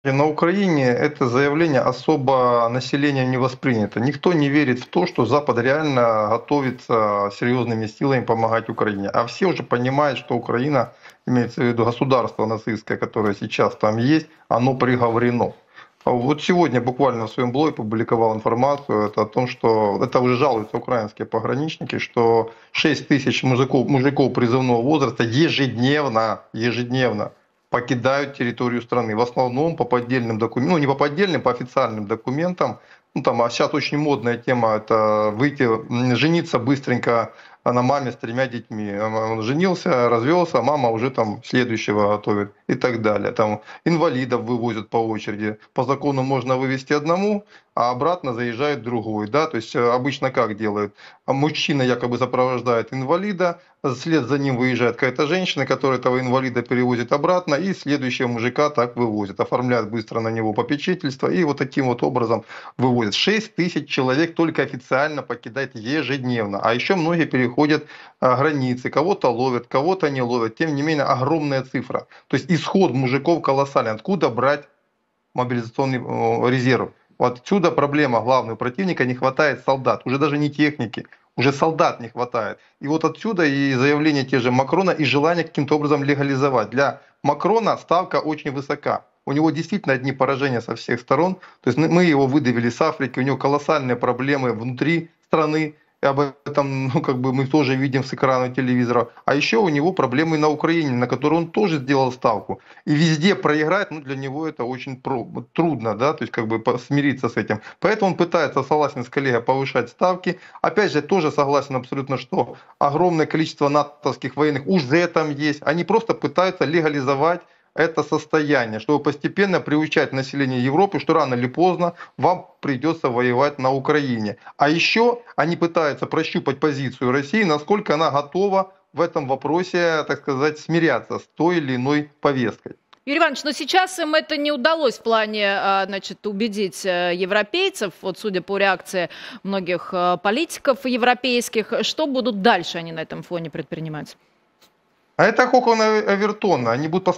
на Украине это заявление особо населением не воспринято. Никто не верит в то, что Запад реально готовится серьезными силами помогать Украине. А все уже понимают, что Украина, имеется в виду государство нацистское, которое сейчас там есть, оно приговорено. Вот сегодня буквально в своем блоге публиковал информацию это о том, что это уже жалуются украинские пограничники, что 6 тысяч мужиков призывного возраста ежедневно покидают территорию страны. В основном по поддельным документам, ну не по поддельным, по официальным документам. Ну, там, а сейчас очень модная тема это выйти, жениться быстренько на маме с 3 детьми. Он женился, развелся, мама уже там следующего готовит и так далее. Там инвалидов вывозят по очереди. По закону можно вывести одному, а обратно заезжает другой. Да? То есть обычно как делают? Мужчина якобы сопровождает инвалида, вслед за ним выезжает какая-то женщина, которая этого инвалида перевозит обратно, и следующего мужика так вывозит. Оформляют быстро на него попечительство, и вот таким вот образом вывозят. 6 тысяч человек только официально покидает ежедневно. А еще многие переходят границы, кого-то ловят, кого-то не ловят. Тем не менее, огромная цифра. То есть исход мужиков колоссальный. Откуда брать мобилизационный резерв? Вот отсюда проблема главного противника, не хватает солдат, уже даже не техники, уже солдат не хватает. И вот отсюда и заявление те же Макрона, и желание каким-то образом легализовать. Для Макрона ставка очень высока. У него действительно одни поражения со всех сторон. То есть мы его выдавили с Африки, у него колоссальные проблемы внутри страны. И об этом мы тоже видим с экрана телевизора. А еще у него проблемы на Украине, на которую он тоже сделал ставку. И везде проиграть, для него это очень трудно, да, то есть смириться с этим. Поэтому он пытается, согласен с коллегой, повышать ставки. Опять же, тоже согласен абсолютно, что огромное количество натовских военных уже там есть. Они просто пытаются легализовать это состояние, чтобы постепенно приучать население Европы, что рано или поздно вам придется воевать на Украине. А еще они пытаются прощупать позицию России, насколько она готова в этом вопросе, так сказать, смиряться с той или иной повесткой. Юрий Иванович, но сейчас им это не удалось в плане, убедить европейцев, вот судя по реакции многих политиков европейских. Что будут дальше они на этом фоне предпринимать? А это кокон Авертона. Они будут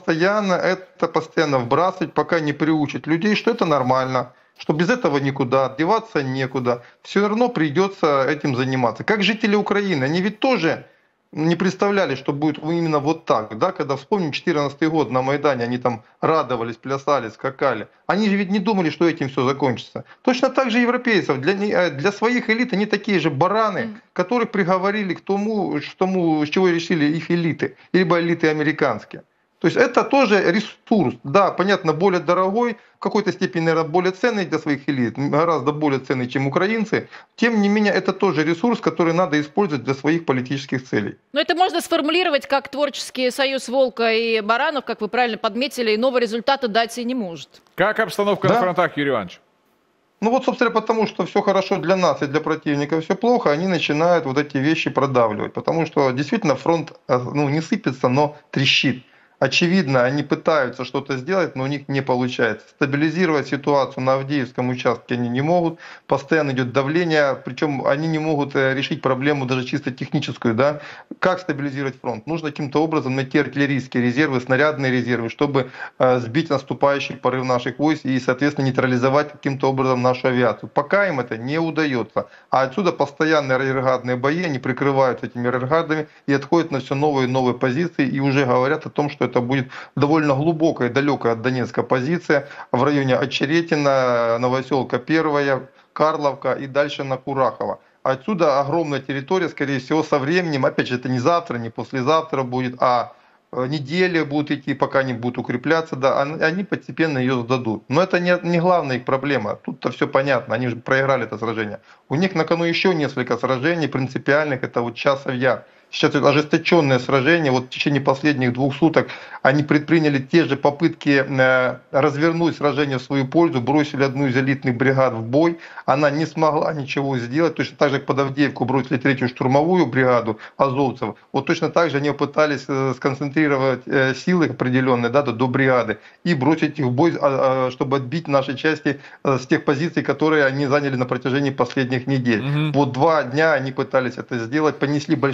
постоянно вбрасывать, пока не приучат людей, что это нормально, что без этого никуда, деваться некуда. Все равно придется этим заниматься. Как жители Украины, они ведь тоже не представляли, что будет именно вот так. Да? Когда вспомним 2014 год на Майдане, они там радовались, плясали, скакали. Они же ведь не думали, что этим все закончится. Точно так же европейцев. Для своих элит они такие же бараны, которых приговорили к тому, с чего решили их элиты. Либо элиты американские. То есть это тоже ресурс, да, понятно, более дорогой, в какой-то степени, наверное, более ценный для своих элит, гораздо более ценный, чем украинцы. Тем не менее, это тоже ресурс, который надо использовать для своих политических целей. Но это можно сформулировать как творческий союз волка и баранов, как вы правильно подметили, иного результата дать и не может. Как обстановка на фронтах, Юрий Иванович? Собственно, потому что все хорошо для нас и для противника, все плохо, они начинают вот эти вещи продавливать. Потому что действительно фронт не сыпется, но трещит. Очевидно, они пытаются что-то сделать, но у них не получается. Стабилизировать ситуацию на Авдеевском участке они не могут. Постоянно идет давление, причем они не могут решить проблему даже чисто техническую. Да? Как стабилизировать фронт? Нужно каким-то образом найти артиллерийские резервы, снарядные резервы, чтобы сбить наступающий порыв наших войск и, соответственно, нейтрализовать каким-то образом нашу авиацию. Пока им это не удается. А отсюда постоянные арьергардные бои, они прикрывают этими арьергардами и отходят на все новые и новые позиции и уже говорят о том, что это будет довольно глубокая, далекая от Донецка позиция в районе Очеретина, Новоселка 1, Карловка и дальше на Курахово. Отсюда огромная территория, скорее всего, со временем, опять же, это не завтра, не послезавтра будет, а недели будут идти, пока они будут укрепляться, да, они постепенно ее сдадут. Но это не главная их проблема, тут-то все понятно, они же проиграли это сражение. У них на кону еще несколько сражений принципиальных, это вот Часов Яр. Сейчас это ожесточенное сражение, вот в течение последних 2 суток они предприняли те же попытки развернуть сражение в свою пользу, бросили одну из элитных бригад в бой, она не смогла ничего сделать, точно так же, как под Авдеевку бросили 3-ю штурмовую бригаду азовцев, вот точно так же они пытались сконцентрировать силы определенные, да, до бригады и бросить их в бой, чтобы отбить наши части с тех позиций, которые они заняли на протяжении последних недель. Вот 2 дня они пытались это сделать, понесли большие потери,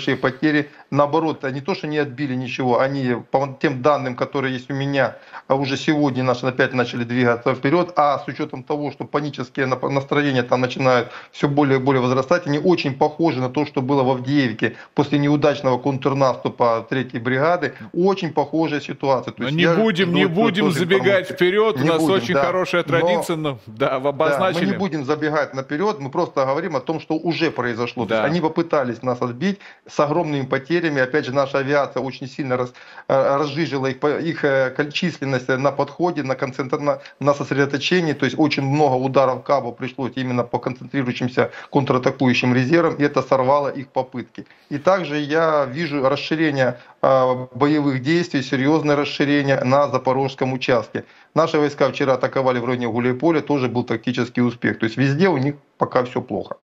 потери. Наоборот, не то, что не отбили ничего, они, по тем данным, которые есть у меня, уже сегодня наши опять начали двигаться вперед, а с учетом того, что панические настроения там начинают все более и более возрастать, они очень похожи на то, что было в Авдеевке после неудачного контрнаступа 3-й бригады, очень похожая ситуация. То Но есть не будем забегать вперед, у нас очень хорошая традиция, но в обозначили. Мы не будем забегать наперед, мы просто говорим о том, что уже произошло. То есть они попытались нас отбить с огромными потерями, опять же наша авиация очень сильно разжижила их численность на подходе, на сосредоточении, то есть очень много ударов кабо пришлось именно по концентрирующимся контратакующим резервам, и это сорвало их попытки. И также я вижу расширение боевых действий, серьезное расширение на Запорожском участке. Наши войска вчера атаковали в районе Гуляйполя, тоже был тактический успех. То есть везде у них пока все плохо.